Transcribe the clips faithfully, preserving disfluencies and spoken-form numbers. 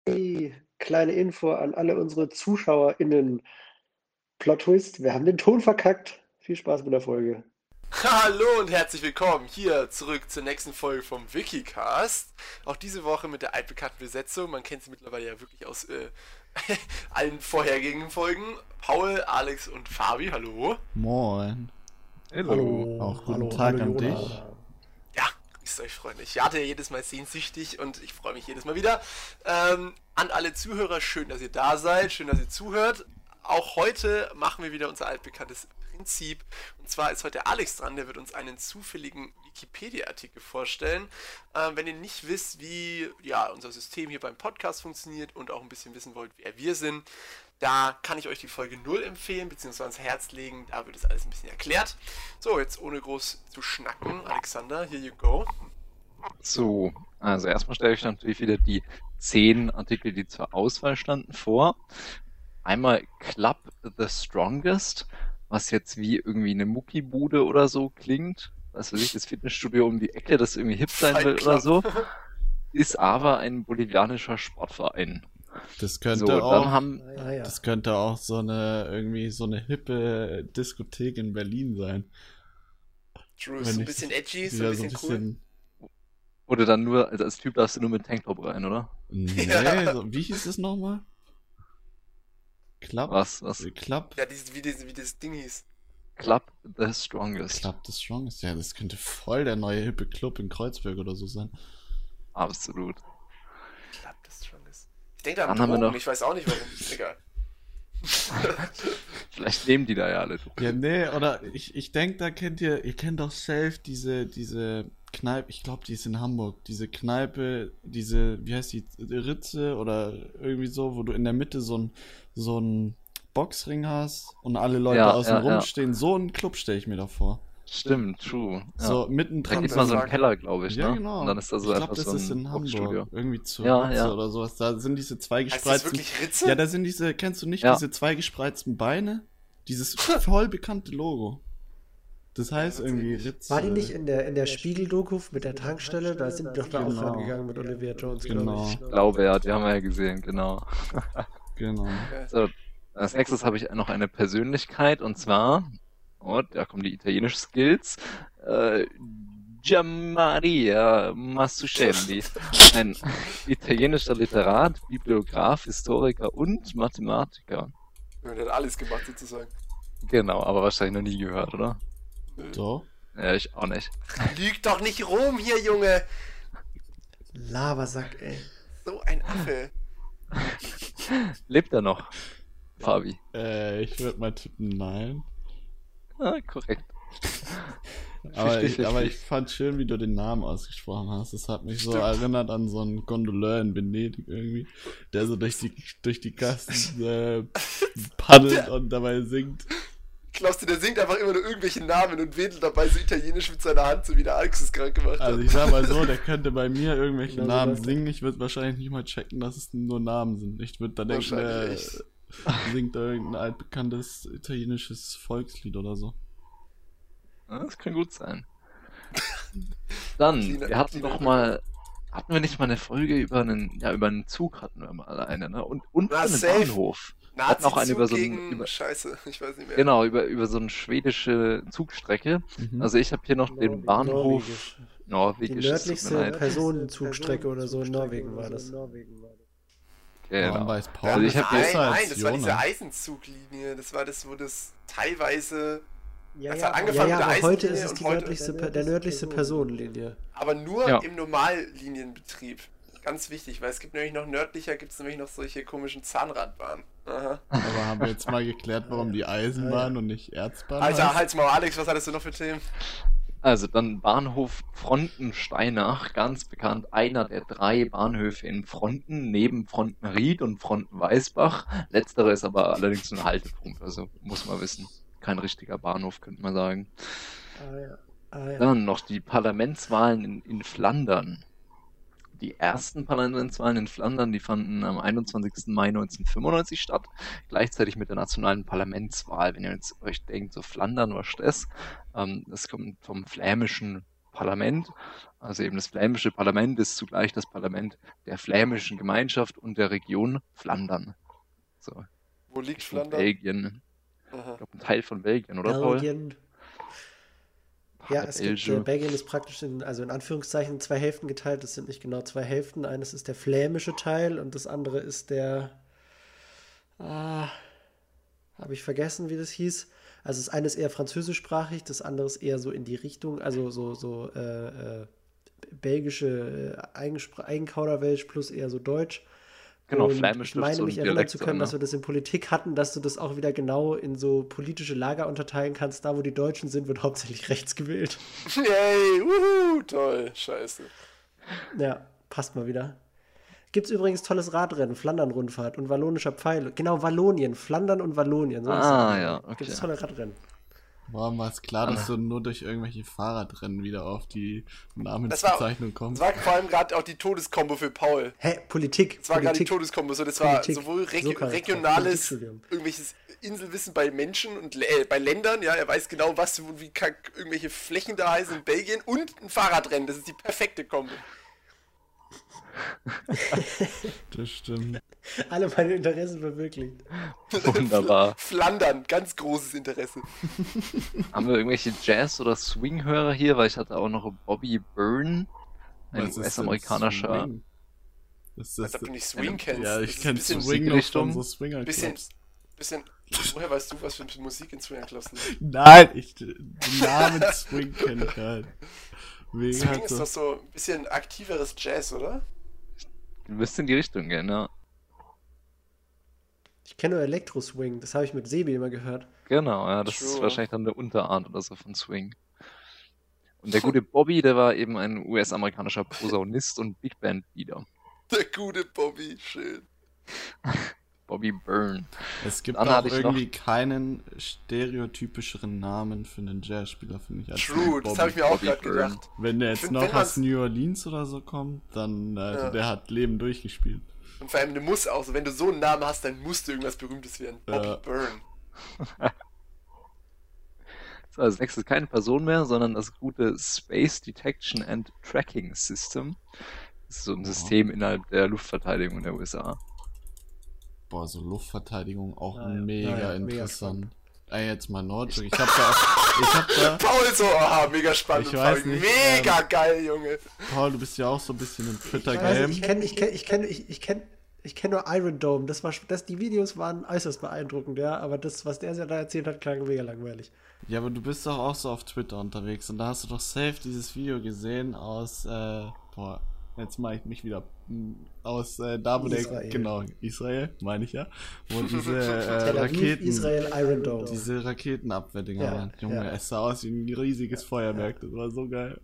Hey, kleine Info an alle unsere ZuschauerInnen. Plot Twist, wir haben den Ton verkackt. Viel Spaß mit der Folge. Hallo und herzlich willkommen hier zurück zur nächsten Folge vom Wikicast. Auch diese Woche mit der altbekannten Besetzung. Man kennt sie mittlerweile ja wirklich aus äh, allen vorhergehenden Folgen. Paul, Alex und Fabi, hallo. Moin. Hallo. Auch guten hallo, Tag hallo, an Jona. dich. Ja, grüßt euch Freunde. Ich warte ja jedes Mal sehnsüchtig und ich freue mich jedes Mal wieder. Ähm, an alle Zuhörer, schön, dass ihr da seid, schön, dass ihr zuhört. Auch heute machen wir wieder unser altbekanntes Prinzip. Und zwar ist heute der Alex dran, der wird uns einen zufälligen Wikipedia-Artikel vorstellen. Ähm, wenn ihr nicht wisst, wie ja, unser System hier beim Podcast funktioniert und auch ein bisschen wissen wollt, wer wir sind, da kann ich euch die Folge null empfehlen, beziehungsweise ans Herz legen. Da wird es alles ein bisschen erklärt. So, jetzt ohne groß zu schnacken. Alexander, here you go. So, also erstmal stelle ich natürlich wieder die zehn Artikel, die zur Auswahl standen, vor. Einmal Club the Strongest, was jetzt wie irgendwie eine Muckibude oder so klingt. Was weiß ich, das Fitnessstudio um die Ecke, das irgendwie hip sein Fight will Club. oder so. Ist aber ein bolivianischer Sportverein. Das könnte So, auch, dann haben, Ah, ja. das könnte auch so eine irgendwie so eine hippe Diskothek in Berlin sein. True, Wenn so ein ich- bisschen edgy, so Ja, ein bisschen cool. wurde dann nur, also als Typ darfst du nur mit Tanktop rein, oder? Nee, Ja. so, wie hieß es nochmal? Club? Was, was? Club? Ja, dieses, wie, dieses, wie das Ding hieß. Club the Strongest. Club the Strongest. Ja, das könnte voll der neue hippe Club in Kreuzberg oder so sein. Absolut. Club the Strongest. Ich denke da an Dann haben wir Drogen, noch- ich weiß auch nicht warum. Egal. Vielleicht nehmen die da ja alle. Ja, nee, oder ich, ich denke, da kennt ihr, ihr kennt doch safe diese, diese Kneipe, ich glaube, die ist in Hamburg, diese Kneipe, diese, wie heißt die, Ritze oder irgendwie so, wo du in der Mitte so ein, so ein Boxring hast und alle Leute Ja, außen ja, rum ja. stehen. So einen Club stelle ich mir da vor. Stimmt, true. Ja. So Da mittendrin. gibt man so einen sagen. Keller, glaube ich, Ja, ne? genau. Und dann ist da so ich einfach glaube, das so ist ein in Boxstudio. Hamburg. Irgendwie zur Ja, Ritze ja. oder sowas. Da sind diese zwei Heißt das gespreizten. wirklich Ritze? Ja, da sind diese, kennst du nicht Ja. diese zwei gespreizten Beine? Dieses voll bekannte Logo. Das heißt Ja, irgendwie tatsächlich. Ritze. War die nicht in der, in der Spiegel-Doku mit der Tankstelle? Da sind die doch da auch Genau. rangegangen mit Olivia Jones, Genau. glaube ich. Ich glaube, ja, die haben wir ja gesehen, genau. Genau. So, als nächstes habe ich noch eine Persönlichkeit und zwar, oh, da kommen die italienischen Skills, äh, Gianmaria Massuchelli, ein italienischer Literat, Bibliograf, Historiker und Mathematiker. Der hat alles gemacht sozusagen. Genau, aber wahrscheinlich noch nie gehört, oder? So. Ja, ich auch nicht. Lüg doch nicht rum hier, Junge! Lavasack, ey. So ein Affe. Lebt er noch? Fabi. Äh, ich würde mal tippen, nein. Ah, korrekt. Aber Richtig, ich, aber richtig. ich fand schön, wie du den Namen ausgesprochen hast. Das hat mich so Stimmt. erinnert an so einen Gondoleur in Venedig irgendwie, der so durch die, durch die Gassen äh, paddelt und dabei singt. Glaubst du, der singt einfach immer nur irgendwelche Namen und wedelt dabei so italienisch mit seiner Hand, so wie der Alex es gerade gemacht hat. Also ich sag mal so, der könnte bei mir irgendwelche Genau so Namen läuft er. singen. Ich würde wahrscheinlich nicht mal checken, dass es nur Namen sind. Ich würde da denken, der Wahrscheinlich echt. singt da irgendein altbekanntes italienisches Volkslied oder so. Ja, das kann gut sein. Dann, Cleaner- wir hatten cleaner doch mal, hatten wir nicht mal eine Folge über einen, ja, über einen Zug hatten wir mal eine, ne? Und, und Na, einen safe. Bahnhof. Wir hatten auch einen Nazi-Zug über so einen, gegen über, Scheiße, ich weiß nicht mehr. genau, über, über so eine schwedische Zugstrecke. Mhm. Also ich habe hier noch den Bahnhof, Norwegisch. Die Norwegisch, es tut mir nördlichste leid. Personenzugstrecke oder so in Norwegen war das. Warum Genau. weiß Paul Also ich das hab nein, besser nein, als das war diese Jonas? Eisenzuglinie. Das war das, wo das teilweise, Ja, Das ja, hat angefangen ja, ja, mit der aber heute Eisenlinie ist es und die heute- nördlichste, Per- der nördlichste Personenlinie. aber nur Ja. im Normallinienbetrieb. Ganz wichtig, weil es gibt nämlich noch nördlicher, gibt es nämlich noch solche komischen Zahnradbahnen. Aha. Aber haben wir jetzt mal geklärt, warum die Eisenbahn und nicht Erzbahn Alter, heißt? halt's mal, Alex, was hattest du noch für Themen? Also dann Bahnhof Frontensteinach, ganz bekannt, einer der drei Bahnhöfe in Fronten, neben Frontenried und Fronten-Weißbach. Letztere ist aber allerdings ein Haltepunkt, also muss man wissen. Kein richtiger Bahnhof, könnte man sagen. Ah ja. Ah, ja. Dann noch die Parlamentswahlen in, in Flandern. Die ersten Parlamentswahlen in Flandern, die fanden am einundzwanzigsten Mai neunzehnhundertfünfundneunzig statt, gleichzeitig mit der nationalen Parlamentswahl. Wenn ihr jetzt euch denkt, so Flandern, was ist das? Ähm, das kommt vom flämischen Parlament. Also eben das flämische Parlament ist zugleich das Parlament der flämischen Gemeinschaft und der Region Flandern. So, Wo liegt Richtung Flandern? Belgien. Aha. Ich glaube, ein Teil von Belgien, oder Paul? Belgien. Ja, Paar es gibt, äh, Belge. Belgien ist praktisch in, also in Anführungszeichen zwei Hälften geteilt. Das sind nicht genau zwei Hälften. Eines ist der flämische Teil und das andere ist der, ah, habe ich vergessen, wie das hieß. Also das eine ist eher französischsprachig, das andere ist eher so in die Richtung, also so, so äh, äh, belgische äh, Eigenspr- Eigenkauderwelsch plus eher so Deutsch. Genau, Und Flämisch ich dürfte meine so ein mich erinnern Dialekt zu sein, können, ne? dass wir das in Politik hatten, dass du das auch wieder genau in so politische Lager unterteilen kannst. Da, wo die Deutschen sind, wird hauptsächlich rechts gewählt. Yay, wuhu, toll, scheiße. Ja, passt mal wieder. Gibt's übrigens tolles Radrennen, Flandern-Rundfahrt und Wallonischer Pfeil. Genau, Wallonien, Flandern und Wallonien. So ist Ah, es. ja, okay. Gibt's tolle Radrennen. Warum war es klar, dass du nur durch irgendwelche Fahrradrennen wieder auf die Namensbezeichnung Das kommst? war vor allem gerade auch die Todeskombo für Paul. Hä, Politik. Das war gerade die Politik. Todeskombo. So, das war Politik. sowohl So regi kann ich regionales, Politikstudium. irgendwelches Inselwissen bei Menschen und äh, bei Ländern. Ja, er weiß genau, was und wie kack irgendwelche Flächen da heißen in Belgien und ein Fahrradrennen. Das ist die perfekte Kombo. Das stimmt. Alle meine Interessen verwirklicht. Wunderbar. Flandern, ganz großes Interesse. Haben wir irgendwelche Jazz- oder Swing-Hörer hier? Weil ich hatte auch noch Bobby Byrne, ein Was ist denn U S-amerikanischer. Swing? Das Als ist ob du nicht Swing kennst. Ja, Das ich ist kenne ein bisschen, Swing noch Musikrichtung. von so Swinger bisschen, Clubs. bisschen. Woher weißt du, was für Musik in Swingerclubs läuft? Nein, ich, den Namen Swing kenne ich halt. Wegen Swing halt ist so. doch so ein bisschen aktiveres Jazz, oder? Du müsst in die Richtung gehen, ja. Ich kenne nur Elektro-Swing, das habe ich mit Sebi immer gehört. Genau, ja, das ist True. wahrscheinlich dann eine Unterart oder so von Swing. Und der gute Bobby, der war eben ein U S-amerikanischer Posaunist und Big Band-Leader. Der gute Bobby, schön. Bobby Byrne. Es gibt Dann auch hatte ich noch- irgendwie keinen stereotypischeren Namen für einen Jazzspieler, finde ich. als True, das Bobby. habe ich mir auch Bobby gerade Byrne. gedacht. Wenn der jetzt find, noch wenn aus man's- New Orleans oder so kommt, dann, also Ja. der hat Leben durchgespielt. Und vor allem, du musst auch, so, wenn du so einen Namen hast, dann musst du irgendwas Berühmtes werden. Bobby Ja. Byrne. So, als nächstes keine Person mehr, sondern das gute Space Detection and Tracking System. Das ist so ein Oh. System innerhalb der Luftverteidigung der U S A. Boah, so Luftverteidigung auch Ah, ja. mega Ah, ja, mega interessant. Ey, jetzt mal Nordjoke. Ich hab da auch, ich hab da, Paul so, aha, mega spannend. Ich weiß Paul, nicht, mega ähm, geil, Junge. Paul, du bist ja auch so ein bisschen im Ich weiß Twitter-Game. nicht, ich kenne ich kenn, ich kenn, ich, ich kenn, ich kenn nur Iron Dome. Das war, das, die Videos waren äußerst beeindruckend, ja. Aber das, was der da erzählt hat, klang mega langweilig. Ja, aber du bist doch auch so auf Twitter unterwegs und da hast du doch safe dieses Video gesehen aus, äh, boah, jetzt mache ich mich wieder, mh, aus, äh, da wo Israel. der, genau, Israel, meine ich ja, wo diese, äh, Tel Aviv, Raketen, Israel, Iron Dome. diese Raketenabwehrdinger Ja, waren. Junge, ja. es sah aus wie ein riesiges Feuerwerk, das war so geil.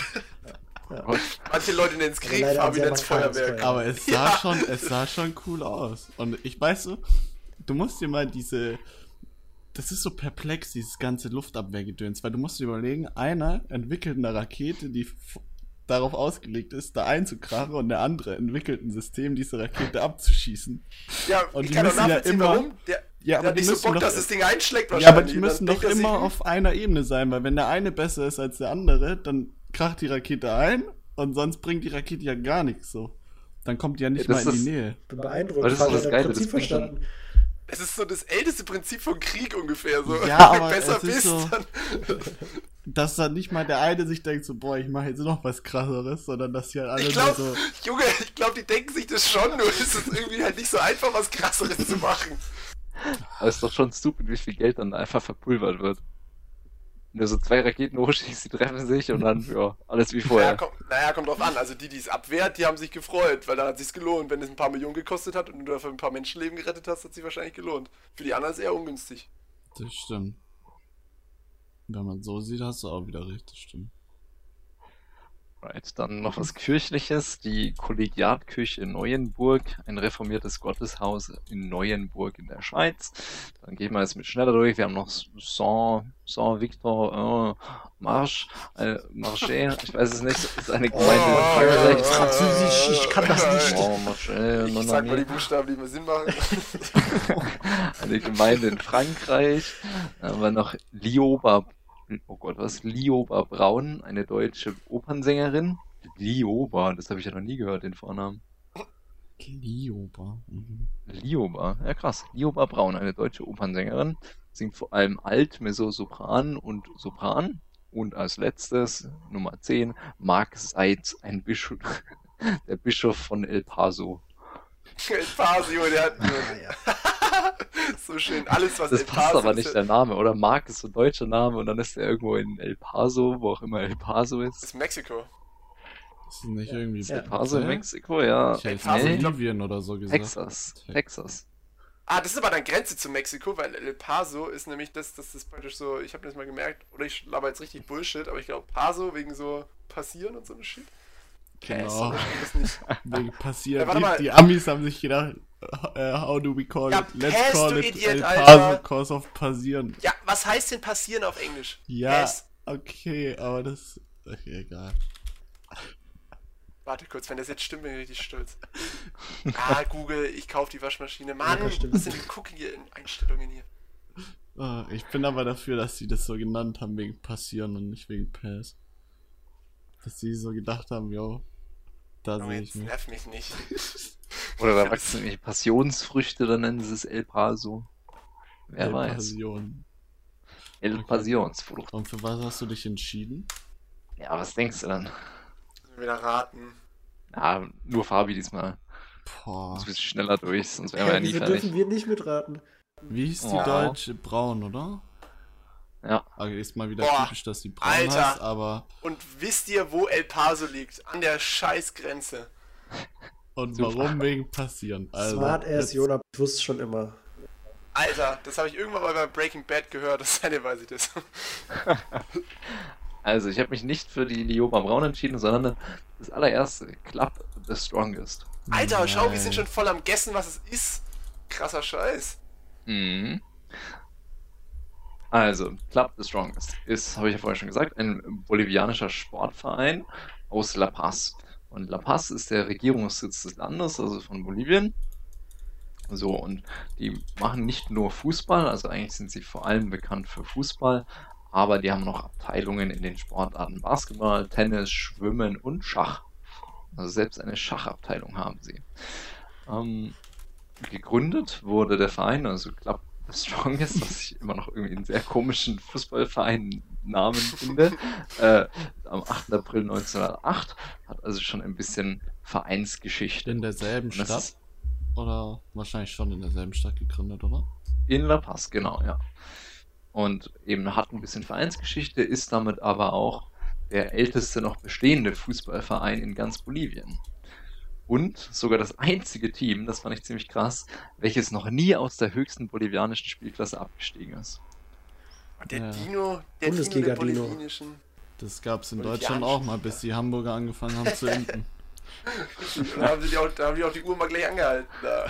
Manche Leute nennen es Krieg, leider ein Fabi sehr nennt es markantes Feuerwerk. Feuerwerk. Aber es sah Ja. schon, es sah schon cool aus. Und ich weiß so, du musst dir mal diese, das ist so perplex, dieses ganze Luftabwehrgedöns, weil du musst dir überlegen, einer entwickelt eine Rakete, die f- darauf ausgelegt ist, da einzukrachen und der andere entwickelt ein System, diese Rakete abzuschießen. Ja, Und ich die kann doch müssen ja nachvollziehen, immer- warum. Der, Ja, der aber hat die nicht so müssen Bock, doch, dass das Ding einschlägt ja, aber wahrscheinlich. die müssen Dann doch denkt er sich, immer hm, auf einer Ebene sein, weil wenn der eine besser ist als der andere, dann kracht die Rakete ein und sonst bringt die Rakete ja gar nichts so. Dann kommt die ja nicht Ja, das mal in die ist- Nähe. Bin beeindruckt. Das ist Vater das hat Geile, Prinzip das bringt verstanden. Es ist so das älteste Prinzip von Krieg ungefähr. So. Ja, Wenn du aber besser es ist bist, so- dann. Dass dann nicht mal der eine sich denkt so, boah, ich mache jetzt noch was krasseres, sondern dass die halt alle Ich nur glaube, so, Junge, ich glaube, die denken sich das schon, nur ist es irgendwie halt nicht so einfach, was krasseres zu machen. Aber es ist doch schon stupid, wie viel Geld dann einfach verpulvert wird. Wenn du so zwei Raketen hochschießt, die treffen sich und dann, ja, alles wie Naja, vorher. komm, naja, kommt drauf an. Also die, die es abwehrt, die haben sich gefreut, weil da hat sich's gelohnt. Wenn es ein paar Millionen gekostet hat und du dafür ein paar Menschenleben gerettet hast, hat sich wahrscheinlich gelohnt. Für die anderen ist es eher ungünstig. das stimmt. Wenn man so sieht, hast du auch wieder recht, das stimmt. Right, dann noch was Kirchliches, die Kollegiatkirche Neuenburg, ein reformiertes Gotteshaus in Neuenburg in der Schweiz. Dann gehen wir jetzt mit schneller durch. Wir haben noch Saint, Saint Victor äh, Marche, äh, Marche, ich weiß es nicht, ist eine Gemeinde in Oh, Frankreich. Französisch, ich kann das nicht. Oh, Marche, Ich non, sag mal non, die Buchstaben, die mir Sinn machen. eine Gemeinde in Frankreich. Dann haben wir noch Lioba oh Gott, was? Lioba Braun, eine deutsche Opernsängerin. Lioba, das habe ich ja noch nie gehört, den Vornamen. Lioba. Mhm. Lioba, ja krass. Lioba Braun, eine deutsche Opernsängerin, singt vor allem Alt, Mezzo, Sopran und Sopran. Und als letztes, Nummer zehn, Mark Seitz, ein Bischof, der Bischof von El Paso. El Paso, der hat Ah, ja. so schön. Alles, was Das El passt Paso aber ist, nicht, der Name, oder? Mark ist so ein deutscher Name und dann ist er irgendwo in El Paso, wo auch immer El Paso ist. ist Mexiko. Ist das nicht irgendwie Ja. El Paso in Hä? Mexiko, ja. Ich hätte Paso, Nee, ich glaub- Bolivien oder so gesagt. Texas. Texas. Ah, das ist aber dann Grenze zu Mexiko, weil El Paso ist nämlich das, das ist praktisch so, ich habe das mal gemerkt, oder ich laber jetzt richtig Bullshit, aber ich glaube Paso wegen so passieren und so eine Shit. Äh, Genau. sorry, das nicht. Wegen passiert. Ja, warte die, mal. die Amis haben sich gedacht, äh, how do we call Ja, it? Let's Pass, call du it Idiot, El Alter. Paso cause of passieren. Ja, was heißt denn passieren auf Englisch? Ja, Pass. okay, aber das. Okay, egal. Warte kurz, wenn das jetzt stimmt, bin ich richtig stolz. Ah, Google, ich kaufe die Waschmaschine. Mann, Ja, das stimmt. was sind die Cookie-Einstellungen hier? Ah, ich bin aber dafür, dass sie das so genannt haben wegen passieren und nicht wegen Pass. Dass sie so gedacht haben, yo, da Oh, sehe ich jetzt mich. nerv mich nicht. Oder da wachsen irgendwelche Passionsfrüchte, dann nennen sie es El Paso. Wer El weiß. Passion. El Okay. Passionsfrucht. Und für was hast du dich entschieden? Ja, was denkst du dann? Müssen wir wieder raten. Ja, nur Fabi diesmal. Boah. Muss ein bisschen schneller durch, sonst wären wir ja nie Wieso fertig. dürfen wir nicht mitraten? Wie hieß die Oh. deutsche? Braun, oder? Ja, Okay, ist mal wieder Boah, typisch, dass die braun Alter. heißt, aber. Und wisst ihr, wo El Paso liegt? An der Scheißgrenze. Und Super. warum wegen passieren? Also, Smart ass jetzt- Jonah, ich wusste schon immer. Alter, das habe ich irgendwann mal bei Breaking Bad gehört, das seine weiß ich das. also ich habe mich nicht für die Lioba Braun entschieden, sondern das allererste, Club the Strongest. Alter, schau, wir Nein. sind schon voll am Guessen, was es ist. Krasser Scheiß. Mhm. Also, Club the Strongest ist, habe ich ja vorher schon gesagt, ein bolivianischer Sportverein aus La Paz. Und La Paz ist der Regierungssitz des Landes, also von Bolivien. So, und die machen nicht nur Fußball, also eigentlich sind sie vor allem bekannt für Fußball, aber die haben noch Abteilungen in den Sportarten Basketball, Tennis, Schwimmen und Schach. Also selbst eine Schachabteilung haben sie. Ähm, gegründet wurde der Verein, also Club the Strongest, was ich immer noch irgendwie einen sehr komischen Fußballverein-Namen finde, äh, am achten April neunzehnhundertacht, hat also schon ein bisschen Vereinsgeschichte. In derselben Und das Stadt? ist Oder wahrscheinlich schon in derselben Stadt gegründet, oder? in La Paz, genau, ja. Und eben hat ein bisschen Vereinsgeschichte, ist damit aber auch der älteste noch bestehende Fußballverein in ganz Bolivien. Und sogar das einzige Team, das fand ich ziemlich krass, welches noch nie aus der höchsten bolivianischen Spielklasse abgestiegen ist. Der Ja. Dino, der Bundesliga Dino der Dino. bolivianischen. Das gab's in Bolivianischen Deutschland auch mal, bis die Hamburger angefangen haben zu impfen. Da haben, sie die auch, da haben die auch die Uhr mal gleich angehalten. Da.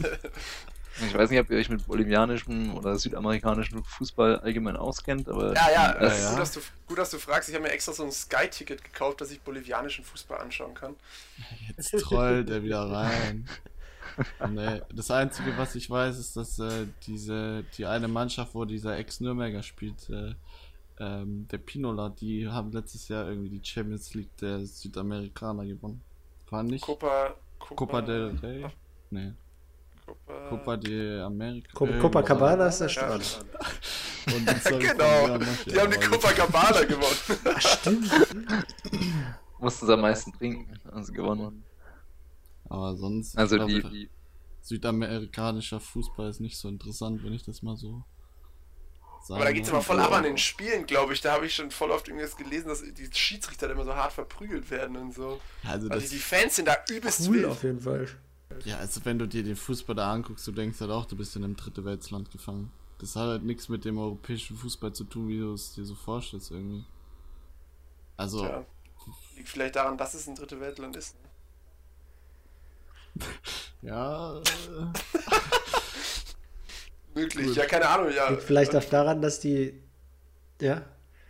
Ich weiß nicht, ob ihr euch mit bolivianischem oder südamerikanischem Fußball allgemein auskennt, aber Ja, ja, das, äh, ja. Gut, dass du, gut, dass du fragst. Ich habe mir extra so ein Sky-Ticket gekauft, dass ich bolivianischen Fußball anschauen kann. Jetzt trollt er wieder rein. Nee, das Einzige, was ich weiß, ist, dass äh, diese, die eine Mannschaft, wo dieser Ex-Nürnberger spielt, äh, ähm, der Pinola, die haben letztes Jahr irgendwie die Champions League der Südamerikaner gewonnen. War nicht Copa, Copa del Rey? Nee, Copa, Copa de America. Co- irgendwas. Copacabana ist der Ja, Strand. Und die Story von genau. Leon Mascher, Die haben die aber- Copacabana gewonnen. Ach, stimmt. mussten sie am meisten trinken, als sie gewonnen haben. Aber sonst, Also ich die, glaub, die südamerikanischer Fußball ist nicht so interessant, wenn ich das mal so sagen Aber da geht's darf. immer voll ab an den Spielen, glaube ich. Da habe ich schon voll oft irgendwas gelesen, dass die Schiedsrichter da immer so hart verprügelt werden und so. Also Also das, die Fans sind da übelst Cool wild. auf jeden Fall. ja, also wenn du dir den Fußball da anguckst, du denkst halt auch, du bist in einem dritte Weltland gefangen. Das hat halt nichts mit dem europäischen Fußball zu tun, wie du es dir so vorstellst irgendwie. Also, Ja. Liegt vielleicht daran, dass es ein dritte Weltland ist. ja, äh, Möglich, Gut. ja, keine Ahnung, ja. Liegt vielleicht auch daran, dass die. Ja.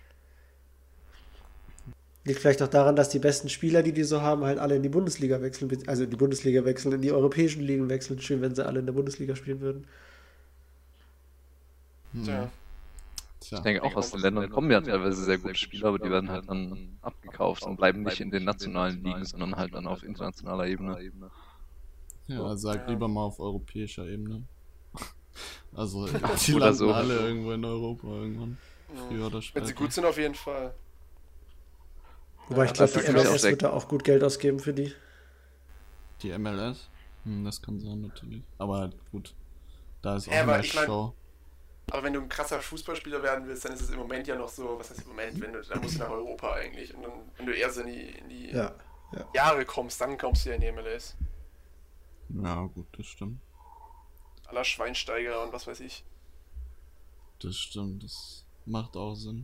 Liegt vielleicht auch daran, dass die besten Spieler, die die so haben, halt alle in die Bundesliga wechseln. be- Also in die Bundesliga wechseln, in die europäischen Ligen wechseln. Schön, wenn sie alle in der Bundesliga spielen würden. hm. Tja. Tja. Ich denke auch, aus den Ländern kommen ja teilweise sehr gute Spieler, aber die werden halt dann abgekauft und bleiben nicht in den nationalen Ligen, sondern halt dann auf internationaler Ebene. Ja, sag lieber mal auf europäischer Ebene. Also, die Oder landen so. alle irgendwo in Europa irgendwann. Früher oder Wenn später. sie gut sind, auf jeden Fall. Wobei ich Ja, glaube, das die ist auch M L S sehr- wird da auch gut Geld ausgeben für die. Die M L S? Hm, das kann sein, natürlich. Aber halt gut. Da ist auch Ja, aber mehr ich mein- Show. Aber wenn du ein krasser Fußballspieler werden willst, dann ist es im Moment ja noch so, was heißt im Moment, wenn du, dann musst du nach Europa eigentlich. Und dann, wenn du erst in die, in die Ja, ja. Jahre kommst, dann kommst du ja in die M L S. Ja, gut, das stimmt. Aller Schweinsteiger und was weiß ich. Das stimmt, das macht auch Sinn.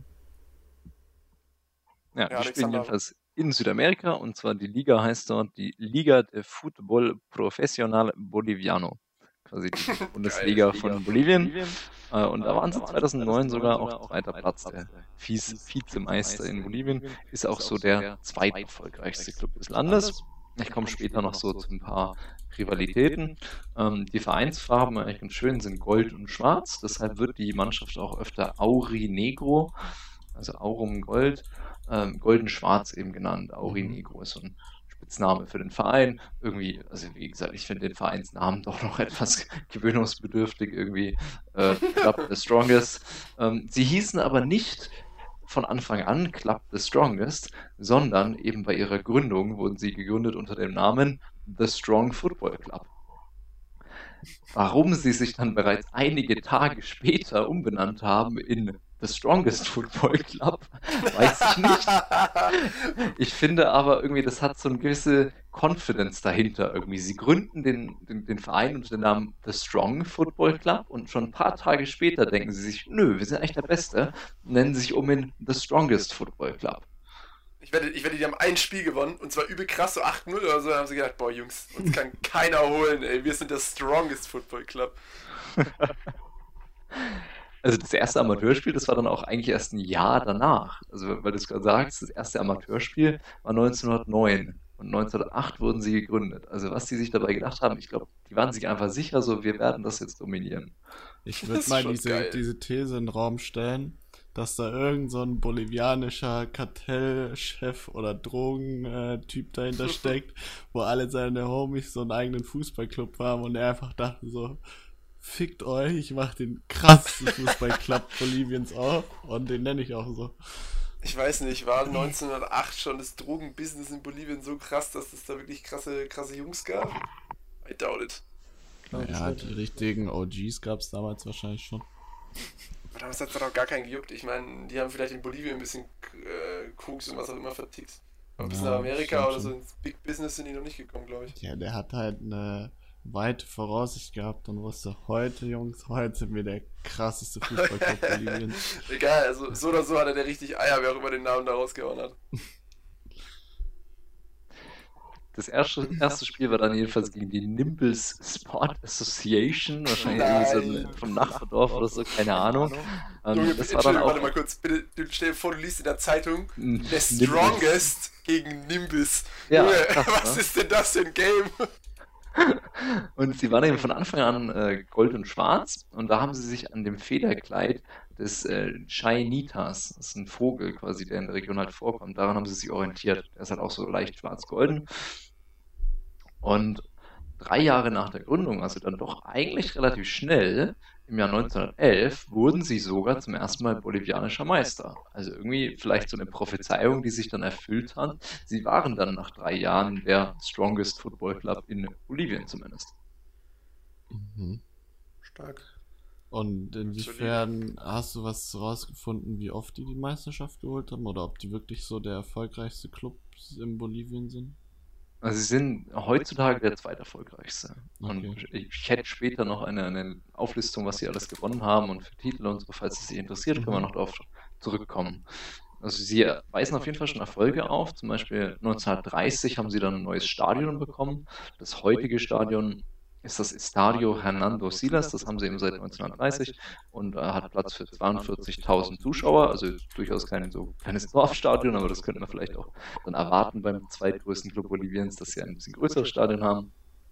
Ja, Ja, die spielen Alexander. jedenfalls in Südamerika und zwar die Liga heißt dort die Liga de Fútbol Profesional Boliviano. Quasi die Bundesliga von Bolivien. Äh, und da waren sie zweitausendneun sogar auch zweiter Platz. Der Vize- Vizemeister in Bolivien ist auch so der zweiterfolgreichste Club des Landes. Ich komme später noch so zu ein paar Rivalitäten. Ähm, die Vereinsfarben, eigentlich ganz schön, sind Gold und Schwarz. Deshalb wird die Mannschaft auch öfter Auri Negro, also Aurum Gold, ähm, Golden-Schwarz eben genannt. Auri Negro ist so ein Spitzname für den Verein. Irgendwie, also wie gesagt, ich finde den Vereinsnamen doch noch etwas gewöhnungsbedürftig, irgendwie äh, Club the Strongest. Ähm, sie hießen aber nicht von Anfang an Club the Strongest, sondern eben bei ihrer Gründung wurden sie gegründet unter dem Namen The Strong Football Club. Warum sie sich dann bereits einige Tage später umbenannt haben in The Strongest Football Club, weiß ich nicht. Ich finde aber irgendwie, das hat so eine gewisse Confidence dahinter irgendwie. Sie gründen den, den, den Verein unter dem Namen The Strong Football Club und schon ein paar Tage später denken sie sich, nö, wir sind eigentlich der Beste, und nennen sich um in The Strongest Football Club. Ich wette, ich wette, die haben ein Spiel gewonnen und zwar übel krass, so acht null oder so. Da haben sie gedacht, boah Jungs, uns kann keiner holen, ey. Wir sind der Strongest Football Club. Also das erste Amateurspiel, das war dann auch eigentlich erst ein Jahr danach. Also weil du es gerade sagst, das erste Amateurspiel war neunzehnhundertneun und neunzehnhundertacht wurden sie gegründet. Also was die sich dabei gedacht haben, ich glaube, die waren sich einfach sicher, so wir werden das jetzt dominieren. Ich Das würde ist mal schon diese, geil. diese These in den Raum stellen, dass da irgend so ein bolivianischer Kartellchef oder Drogentyp dahinter steckt, wo alle seine Homies so einen eigenen Fußballclub haben und er einfach dachte so, fickt euch, ich mach den krassesten Fußballclub Boliviens auf und den nenne ich auch so. Ich weiß nicht, war neunzehnhundertacht schon das Drogenbusiness in Bolivien so krass, dass es da wirklich krasse, krasse Jungs gab? I doubt it. Glaub ich Ja, nicht. die richtigen O Gs gab es damals wahrscheinlich schon. Aber damals hat es doch gar keinen gejuckt. Ich meine, die haben vielleicht in Bolivien ein bisschen äh, Koks und was auch immer vertickt. Aber bis Ja, nach Amerika stimmt oder so schon. ins Big Business sind die noch nicht gekommen, glaube ich. Ja, der hat halt eine weite Voraussicht gehabt und wusste, heute, Jungs, heute sind wir der krasseste Fußballclub Boliviens. Egal, also so oder so hat er der richtig Eier, wer auch immer den Namen da rausgehauen hat. Das erste, erste Spiel war dann jedenfalls gegen die Nimbles Sport Association, wahrscheinlich irgendwie so Nein. ein, vom Nachbardorf oder so, keine Ahnung. Ähm, Junge, das war dann Entschuldigung, auch warte mal kurz. Bitte, du stell dir vor, du liest in der Zeitung ein der Nimbus. Strongest gegen Nimbus. Ja, Junge, krass, was ne? ist denn das für ein Game? Und sie waren eben von Anfang an äh, Gold und Schwarz und da haben sie sich an dem Federkleid des äh, Chainitas, das ist ein Vogel quasi, der in der Region halt vorkommt, daran haben sie sich orientiert. Der ist halt auch so leicht schwarz-golden. Und drei Jahre nach der Gründung, also dann doch eigentlich relativ schnell, im Jahr neunzehnhundertelf, wurden sie sogar zum ersten Mal bolivianischer Meister. Also irgendwie vielleicht so eine Prophezeiung, die sich dann erfüllt hat. Sie waren dann nach drei Jahren der Strongest Football Club in Bolivien zumindest. Mhm. Stark. Und inwiefern hast du was rausgefunden, wie oft die die Meisterschaft geholt haben oder ob die wirklich so der erfolgreichste Club in Bolivien sind? Also sie sind heutzutage der zweiterfolgreichste. Und Okay. ich, ich hätte später noch eine, eine Auflistung, was sie alles gewonnen haben und für Titel und so, falls es Sie interessiert, können wir noch darauf zurückkommen. Also sie weisen auf jeden Fall schon Erfolge auf. Zum Beispiel neunzehnhundertdreißig haben sie dann ein neues Stadion bekommen. Das heutige Stadion ist das Estadio Hernando Silas, das haben sie eben seit neunzehnhundertdreißig und äh, hat Platz für zweiundvierzigtausend Zuschauer, also durchaus kein so kleines Dorfstadion, aber das könnte man vielleicht auch dann erwarten beim zweitgrößten Club Boliviens, dass sie ein bisschen größeres Stadion haben.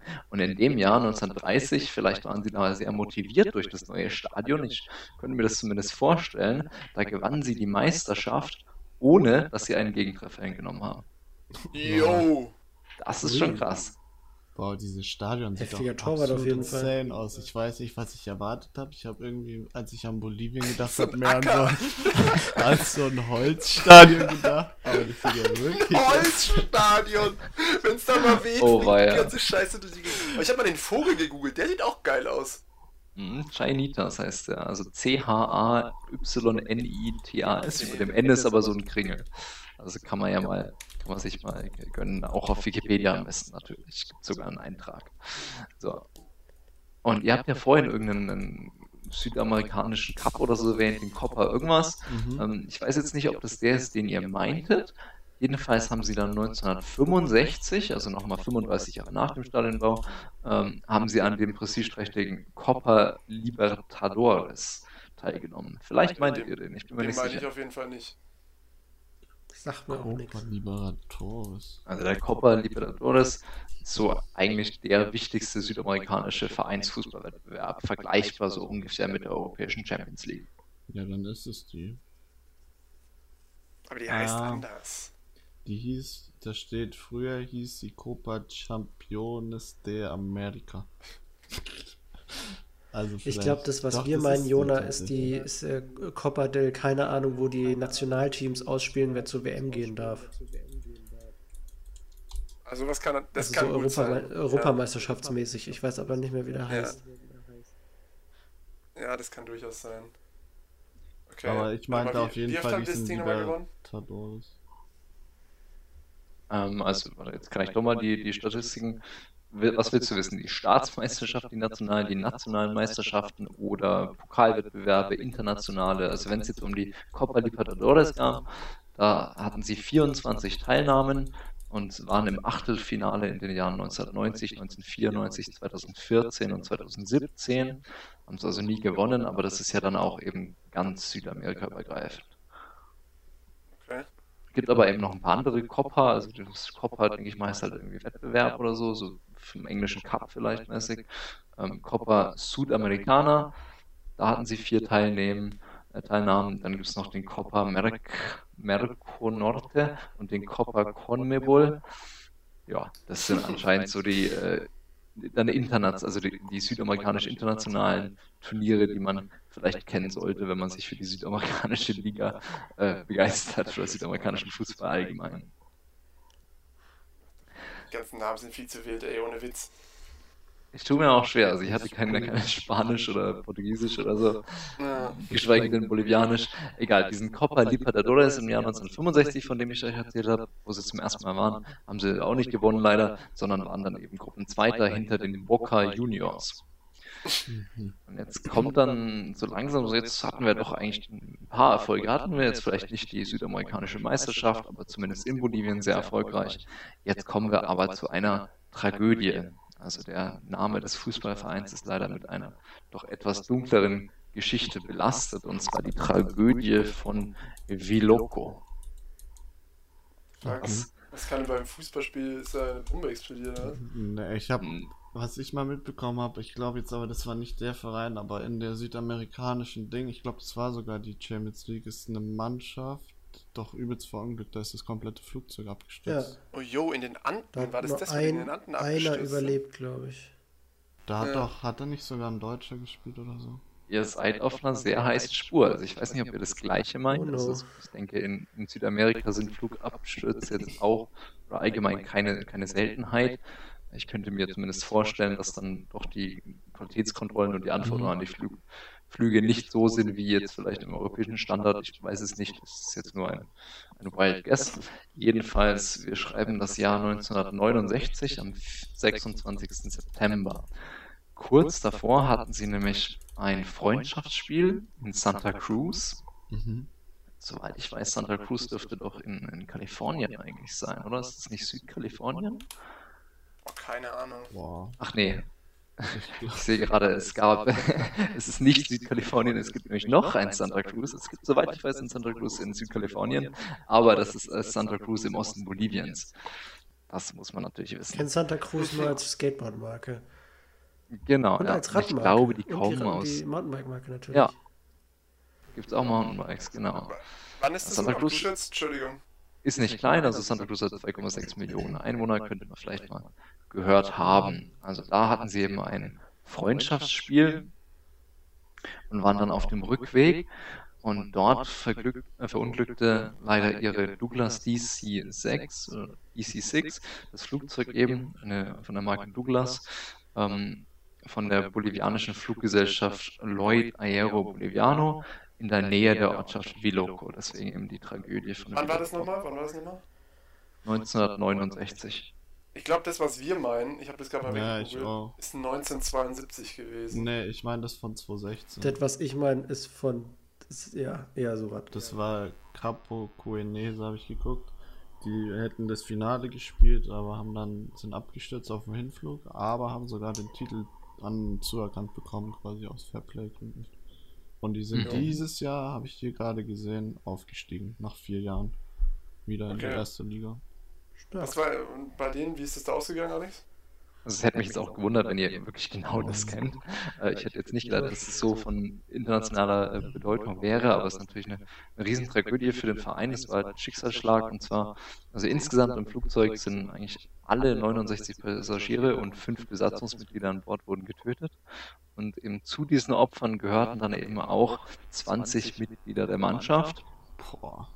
Und in dem Jahr neunzehnhundertdreißig, vielleicht waren sie da sehr motiviert durch das neue Stadion, ich könnte mir das zumindest vorstellen, da gewannen sie die Meisterschaft, ohne dass sie einen Gegentreffer hingenommen haben. Yo! Das ist schon krass. Boah, dieses Stadion sieht Heftiger doch Torwart auf absolut jeden Fall. insane aus. Ich weiß nicht, was ich erwartet habe. Ich habe irgendwie, als ich an Bolivien gedacht So habe, ein mehr an Acker. so, als so ein Holzstadion gedacht. Aber das sieht ja wirklich aus. Holzstadion! Wenn's da mal weht, Oh, fliegt weia. die ganze Scheiße durch die Gegend. Aber ich habe mal den Vogel gegoogelt, der sieht auch geil aus. Mhm, Chaynitas heißt der, also C H A Y N I T A S. Über dem N ist aber so ein Kringel. Also kann man ja mal, kann man sich mal gönnen, auch auf Wikipedia am besten natürlich. Gibt sogar einen Eintrag. So. Und ihr habt ja vorhin irgendeinen südamerikanischen Cup oder so erwähnt, den Copa irgendwas. Mhm. Ähm, ich weiß jetzt nicht, ob das der ist, den ihr meintet. Jedenfalls haben sie dann neunzehnhundertfünfundsechzig, also nochmal fünfunddreißig Jahre nach dem Stadionbau, ähm, haben sie an dem prestigeträchtigen Copa Libertadores teilgenommen. Vielleicht meintet ihr den, ich bin mir Den nicht meine ich sicher. auf jeden Fall nicht. Sagt mir auch nichts. Copa Libertadores. Also der Copa Libertadores ist so eigentlich der wichtigste südamerikanische Vereinsfußballwettbewerb, vergleichbar so ungefähr mit der Europäischen Champions League. Ja, dann ist es die. Aber die heißt Ah. anders. Die hieß, da steht, früher hieß sie Copa Champions de America. Also Ich vielleicht- glaube, das, was doch, wir das meinen, die Jona, ist tatsächlich. die ist, äh, Copa del, keine Ahnung, wo die Nationalteams ausspielen, wer zur W M gehen darf. Also was kann das Also kann so gut Europame sein. Europameisterschaftsmäßig. Ich weiß aber nicht mehr, wie der Ja. heißt. Ja. ja, das kann durchaus sein. Okay. Aber ich Warte meinte mal, auf wie- jeden wie oft Fall haben das diesen Ding nochmal gewonnen? Libertadores. Ähm, also, warte, jetzt kann ich doch mal die, die Statistiken. Will- Was willst du wissen? Die Staatsmeisterschaft, die nationalen, die nationalen Meisterschaften oder Pokalwettbewerbe, internationale? Also wenn es jetzt um die Copa Libertadores gab, da hatten sie vierundzwanzig Teilnahmen und waren im Achtelfinale in den Jahren neunzehnhundertneunzig, neunzehnhundertvierundneunzig, zweitausendvierzehn und zweitausendsiebzehn. Haben sie also nie gewonnen, aber das ist ja dann auch eben ganz Südamerika übergreifend. Okay. Gibt aber eben noch ein paar andere Copa, also das Copa, denke ich mal, ist halt irgendwie Wettbewerb oder so, so im englischen Cup vielleicht mäßig. Ähm, Copa Sudamericana, da hatten sie vier Teilnehmen, äh, Teilnahmen. Dann gibt es noch den Copa Merc Merconorte und den Copa Conmebol. Ja, das sind anscheinend so die äh, dann internat, also die, die südamerikanisch internationalen Turniere, die man vielleicht kennen sollte, wenn man sich für die südamerikanische Liga äh, begeistert oder südamerikanischen Fußball allgemein. Die ganzen Namen sind viel zu wild, ey, ohne Witz. Ich tue mir auch schwer, also ich hatte keine, keine Spanisch oder Portugiesisch oder so, Ja. geschweige denn Bolivianisch. Egal, diesen Copa Libertadores im Jahr neunzehnhundertfünfundsechzig, von dem ich euch erzählt habe, wo sie zum ersten Mal waren, haben sie auch nicht gewonnen leider, sondern waren dann eben Gruppenzweiter hinter den Boca Juniors. Mhm. Und jetzt kommt dann so langsam, so jetzt hatten wir doch eigentlich ein paar Erfolge, hatten wir jetzt vielleicht nicht die südamerikanische Meisterschaft, aber zumindest in Bolivien sehr erfolgreich. Jetzt kommen wir aber zu einer Tragödie. Also der Name des Fußballvereins ist leider mit einer doch etwas dunkleren Geschichte belastet, und zwar die Tragödie von Viloco. Was, was kann beim Fußballspiel ist da eine Bombe explodieren, oder? Ne, ich habe, was ich mal mitbekommen habe, ich glaube jetzt aber, das war nicht der Verein, aber in der südamerikanischen Ding, ich glaube, das war sogar die Champions League, ist eine Mannschaft doch übelst verunglückt, da ist das komplette Flugzeug Ja, abgestürzt. Oh jo, in den da Anden hat war das nur das, wo die in den ein, Anden einer abgestürzt sind? überlebt, glaube ich. Da hat Ja. doch, hat da nicht sogar ein Deutscher gespielt oder so? Ihr seid auf einer sehr heißen Spur. Also ich weiß nicht, ob ihr das Gleiche meint. Oh no. Also ich denke, in, in Südamerika sind Flugabstürze jetzt auch oder allgemein keine, keine Seltenheit. Ich könnte mir zumindest vorstellen, dass dann doch die Qualitätskontrollen und die Anforderungen an die Flü Flüge nicht so sind wie jetzt vielleicht im europäischen Standard. Ich weiß es nicht. Das ist jetzt nur ein, ein Wild Guess. Jedenfalls, wir schreiben das Jahr neunzehnhundertneunundsechzig am sechsundzwanzigsten September. Kurz davor hatten sie nämlich ein Freundschaftsspiel in Santa Cruz. Mhm. Soweit ich weiß, Santa Cruz dürfte doch in, in Kalifornien eigentlich sein, oder? Ist das nicht Südkalifornien? Oh, keine Ahnung. Boah, Ach nee, ich ich glaube. sehe gerade, es gab, es ist nicht Südkalifornien, es gibt nämlich noch ein Santa Cruz. Es gibt, soweit ich weiß, ein Santa Cruz in Südkalifornien, aber das ist äh, Santa Cruz im Osten Boliviens. Das muss man natürlich Ich wissen. kenne Santa Cruz nur als Skateboard-Marke. Genau, Und ja. als Und ich Radmarke. glaube, die Und kommen die, aus. die Mountainbike-Marke natürlich. Ja, gibt es auch Mountainbikes, genau. Wann ist das Santa noch Cruz abgestürzt? Entschuldigung. ist nicht klein, also Santa Cruz hat zwei Komma sechs Millionen Einwohner, könnte man vielleicht mal gehört haben. Also da hatten sie eben ein Freundschaftsspiel und waren dann auf dem Rückweg. Und dort verglück, äh, verunglückte leider ihre Douglas D C sechs, oder D C sechs, das Flugzeug eben eine, von der Marke Douglas, ähm, von der bolivianischen Fluggesellschaft Lloyd Aero Boliviano in der Nähe der Ortschaft Viloco. Deswegen eben die Tragödie von Wann war das Viloco. nochmal? Wann war das nochmal? neunzehnhundertneunundsechzig. Ich glaube, das, was wir meinen, ich habe das gerade mal Ja, ich weggegoogelt, auch. ist neunzehnhundertzweiundsiebzig gewesen. Nee, ich meine das von zweitausendsechzehn. Das, was ich meine, ist von. Ist ja eher so was. Das war Capo Cuenese, habe ich geguckt. Die hätten das Finale gespielt, aber haben dann sind abgestürzt auf dem Hinflug, aber haben sogar den Titel an zuerkannt bekommen, quasi aus Fairplay-Gründen. Und die sind Mhm. dieses Jahr, habe ich hier gerade gesehen, aufgestiegen, nach vier Jahren. Wieder in die Okay. erste Liga. Was war und bei denen, wie ist das da ausgegangen, Alex? Also es hätte mich jetzt auch gewundert, wenn ihr wirklich genau das kennt. Äh, ich hätte jetzt nicht gedacht, dass es so von internationaler äh, Bedeutung wäre, aber es ist natürlich eine, eine Riesentragödie für den Verein. Es war halt ein Schicksalsschlag und zwar, also insgesamt im Flugzeug sind eigentlich alle neunundsechzig Passagiere und fünf Besatzungsmitglieder an Bord wurden getötet. Und eben zu diesen Opfern gehörten dann eben auch zwanzig Mitglieder der Mannschaft. Boah.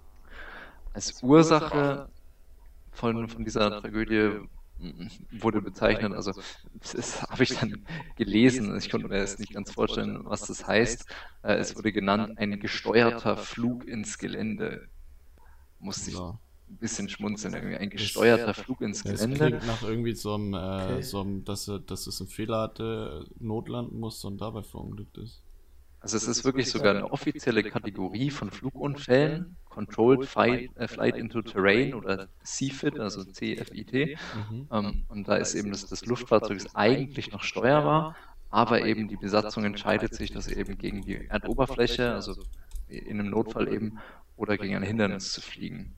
Als Ursache von, von dieser Tragödie wurde bezeichnet, also das habe ich dann gelesen, ich konnte mir jetzt nicht ganz vorstellen, was das heißt. Äh, Es wurde genannt, ein gesteuerter Flug ins Gelände. Musste ich Ja. ein bisschen schmunzeln, irgendwie ein gesteuerter Flug ins Es Gelände. klingt nach irgendwie so einem, äh, Okay. so einem dass, er- dass es einen Fehler hatte, notlanden musste und dabei verunglückt ist. Also es ist wirklich sogar eine offizielle Kategorie von Flugunfällen, Controlled Flight, äh, Flight into Terrain oder C F I T, also C F I T. Mhm. Ähm, und da ist eben, dass das Luftfahrzeug ist eigentlich noch steuerbar, aber eben die Besatzung entscheidet sich, dass sie eben gegen die Erdoberfläche, also in einem Notfall eben, oder gegen ein Hindernis zu fliegen.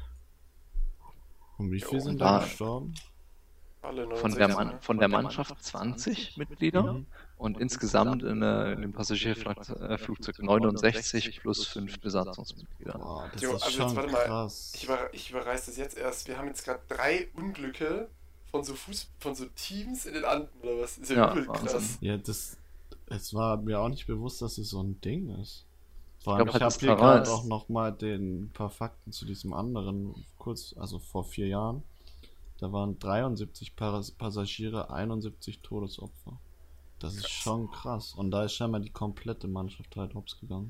Und wie Jo, viele und sind da- da gestorben? Alle Von der, neunundsechzig, Mann, ne? von der Mannschaft zwanzig Mitglieder Mhm. und insgesamt in, äh, in dem Passagierflugzeug neunundsechzig plus fünf Besatzungsmitglieder. Boah, das Jo, ist also schon jetzt warte mal, krass. Ich, über, ich überreiße das jetzt erst. Wir haben jetzt gerade drei Unglücke von so Fuß, von so Teams in den Anden oder was? Ist ja, Ja, übel Wahnsinn. krass. Ja, das, es war mir auch nicht bewusst, dass es so ein Ding ist. Vor Ich allem, glaub, ich halt habe das hier Terrain gerade ist- auch nochmal den paar Fakten zu diesem anderen, kurz, also vor vier Jahren. Da waren dreiundsiebzig Pas- Passagiere, einundsiebzig Todesopfer. Das ist schon krass. Und da ist scheinbar die komplette Mannschaft halt hops gegangen.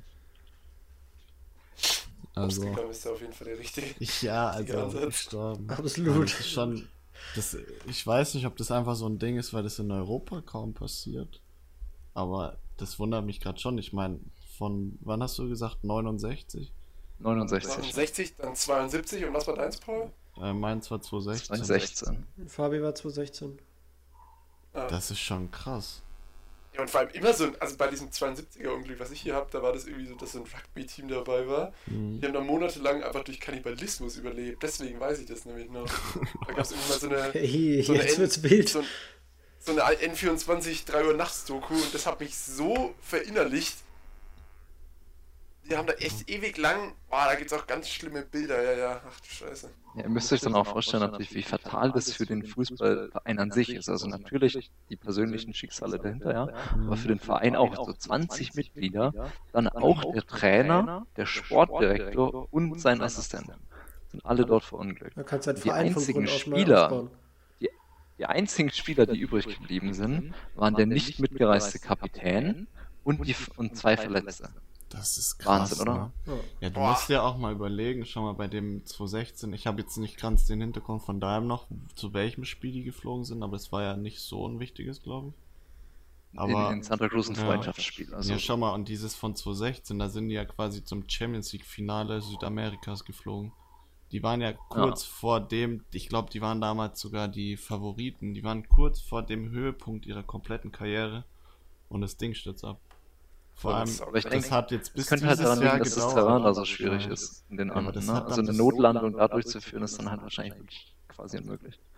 Also, Ausgegangen ist ja auf jeden Fall der richtige. ja, richtige also Ansatz. gestorben. Absolut. Das ist schon, das, ich weiß nicht, ob das einfach so ein Ding ist, weil das in Europa kaum passiert. Aber das wundert mich gerade schon. Ich meine, von, wann hast du gesagt, neunundsechzig? neunundsechzig. neunundsechzig, dann zweiundsiebzig und was war deins, Paul? Äh, meins war zweitausendsechzehn. zweitausendsechzehn. Fabi war zweitausendsechzehn. Ah. Das ist schon krass. Ja, und vor allem immer so, ein- also bei diesem zweiundsiebziger-Unglück, was ich hier habe, da war das irgendwie so, dass so ein Rugby-Team dabei war. Mhm. Die haben dann monatelang einfach durch Kannibalismus überlebt. Deswegen weiß ich das nämlich noch. Da gab es irgendwie mal so eine, Hey, so eine jetzt N- wird's wild. so, so eine N vierundzwanzig drei Uhr nachts Doku und das hat mich so verinnerlicht. Die haben da echt ewig lang, boah, da gibt's auch ganz schlimme Bilder, ja, ja, ach du Scheiße. Ja, ihr müsst euch dann auch vorstellen, natürlich, wie fatal das für den Fußballverein an sich ist. Also natürlich die persönlichen Schicksale dahinter, ja, aber für den Verein auch. So zwanzig Mitglieder, dann auch der Trainer, der Sportdirektor und sein Assistent. Sind alle dort verunglückt. Man kann seinen Die Verein vom einzigen Grund auf neu Spieler, aufbauen. Die einzigen Spieler, die übrig geblieben sind, waren der nicht mitgereiste Kapitän und, die, und zwei Verletzte. Das ist krass, Wahnsinn, oder? ne? Ja. Ja, du Boah. musst dir auch mal überlegen, schau mal bei dem zweitausendsechzehn, ich habe jetzt nicht ganz den Hintergrund von daheim noch, zu welchem Spiel die geflogen sind, aber es war ja nicht so ein wichtiges, glaube ich. Aber in, in Santa Cruz ein ja. Freundschaftsspiel. Also ja, schau mal, und dieses von zweitausendsechzehn, da sind die ja quasi zum Champions League Finale Südamerikas geflogen. Die waren ja kurz vor dem, ich glaube, die waren damals sogar die Favoriten, die waren kurz vor dem Höhepunkt ihrer kompletten Karriere und das Ding stürzt ab. Vor Voll allem, sauber. Aber ich das denke, hat jetzt bis es könnte halt dieses daran Jahr liegen, dass das gedauert. Terrain da so schwierig Ja. ist in den Ja, aber Anden. das Ne? hat dann Also eine das- Notlandung da durchzuführen, ist dann halt wahrscheinlich wirklich quasi unmöglich.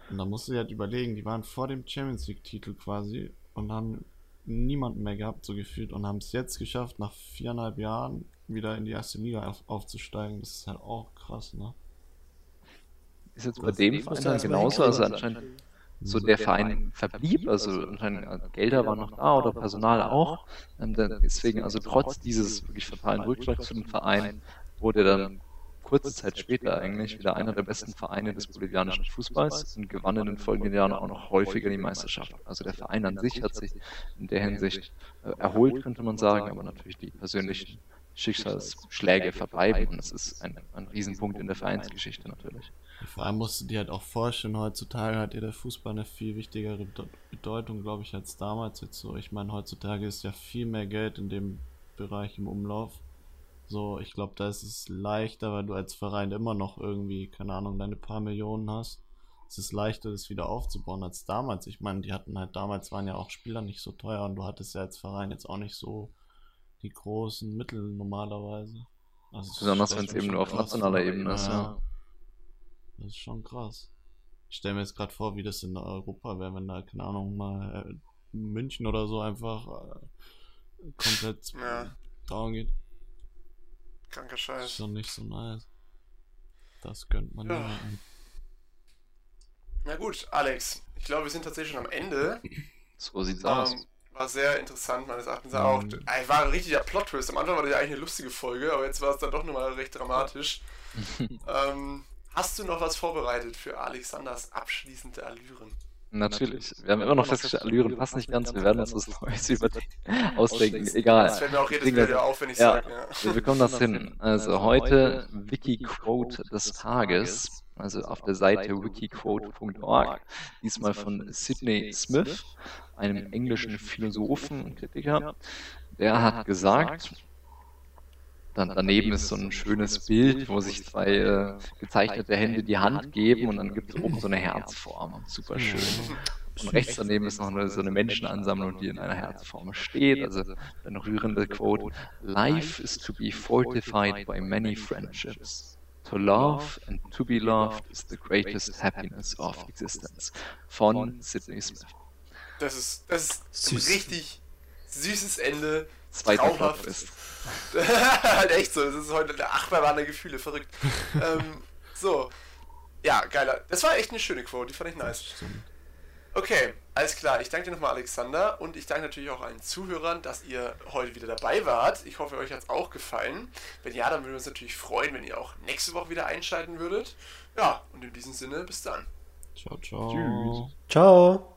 Und da musst du dir halt überlegen, die waren vor dem Champions League-Titel quasi und haben niemanden mehr gehabt, so gefühlt, und haben es jetzt geschafft, nach viereinhalb Jahren wieder in die erste Liga auf, aufzusteigen. Das ist halt auch krass, ne? Ist jetzt bei dem Verein dann genauso, also anscheinend so der Verein verblieb, also anscheinend Gelder waren noch da oder Personal auch. Ähm, deswegen, also trotz dieses wirklich fatalen Rückschlags für den Verein, wurde dann kurze Zeit später eigentlich wieder einer der besten Vereine des bolivianischen Fußballs und gewann in den folgenden Jahren auch noch häufiger die Meisterschaft. Also der Verein an sich hat sich in der Hinsicht äh, erholt, könnte man sagen, aber natürlich die persönlichen Schicksalsschläge verbleiben und das ist ein, ein Riesenpunkt in der Vereinsgeschichte natürlich. Vor allem musst du dir halt auch vorstellen, heutzutage hat ja der Fußball eine viel wichtigere Bedeutung, glaube ich, als damals jetzt so. Ich meine, heutzutage ist ja viel mehr Geld in dem Bereich im Umlauf. So, ich glaube, da ist es leichter, weil du als Verein immer noch irgendwie, keine Ahnung, deine paar Millionen hast. Es ist leichter, das wieder aufzubauen als damals. Ich meine, die hatten halt, damals waren ja auch Spieler nicht so teuer und du hattest ja als Verein jetzt auch nicht so die großen Mittel normalerweise. Also besonders wenn es eben nur auf nationaler Ebene ist, ja. Das ist schon krass. Ich stelle mir jetzt gerade vor, wie das in Europa wäre, wenn da, keine Ahnung, mal äh, München oder so einfach äh, komplett ja. down geht. Kranker Scheiß. Das ist schon nicht so nice. Das könnte man ja. ja. Na gut, Alex, ich glaube, wir sind tatsächlich schon am Ende. So sieht's ähm, aus. War sehr interessant, meines Erachtens auch. Mhm. Äh, war ein richtiger Plot-Twist. Am Anfang war das ja eigentlich eine lustige Folge, aber jetzt war es dann doch nochmal recht dramatisch. ähm, hast du noch was vorbereitet für Alexanders abschließende Allüren? Natürlich. Wir haben immer noch festgestellt, Allüren passt nicht ganz. Wir werden uns was Neues über ausdenken. Egal. Das fällt mir auch jedes Video auf, wenn ich ja, sage. Ja. Wir bekommen das hin. Also heute Wiki-Quote des Tages. Also auf der Seite wikiquote punkt org. Diesmal von Sidney Smith, einem englischen Philosophen und Kritiker. Der hat gesagt... Dann daneben ist so ein schönes Bild, wo sich zwei äh, gezeichnete Hände die Hand geben und dann gibt es oben so eine Herzform. Super schön. Und rechts daneben ist noch eine, so eine Menschenansammlung, die in einer Herzform steht. Also eine rührende Quote. Life is to be fortified by many friendships. To love and to be loved is the greatest happiness of existence. Von Sidney Smith. Das ist, das ist Süß. Ein richtig süßes Ende. Zweiter traumhaft. Ist. Echt so, das ist heute eine Achterbahn der Gefühle, verrückt. ähm, so, ja, geiler. Das war echt eine schöne Quote, die fand ich nice. Okay, alles klar. Ich danke dir nochmal, Alexander, und ich danke natürlich auch allen Zuhörern, dass ihr heute wieder dabei wart. Ich hoffe, euch hat es auch gefallen. Wenn ja, dann würden wir uns natürlich freuen, wenn ihr auch nächste Woche wieder einschalten würdet. Ja, und in diesem Sinne, bis dann. Ciao, ciao. Tschüss. Ciao.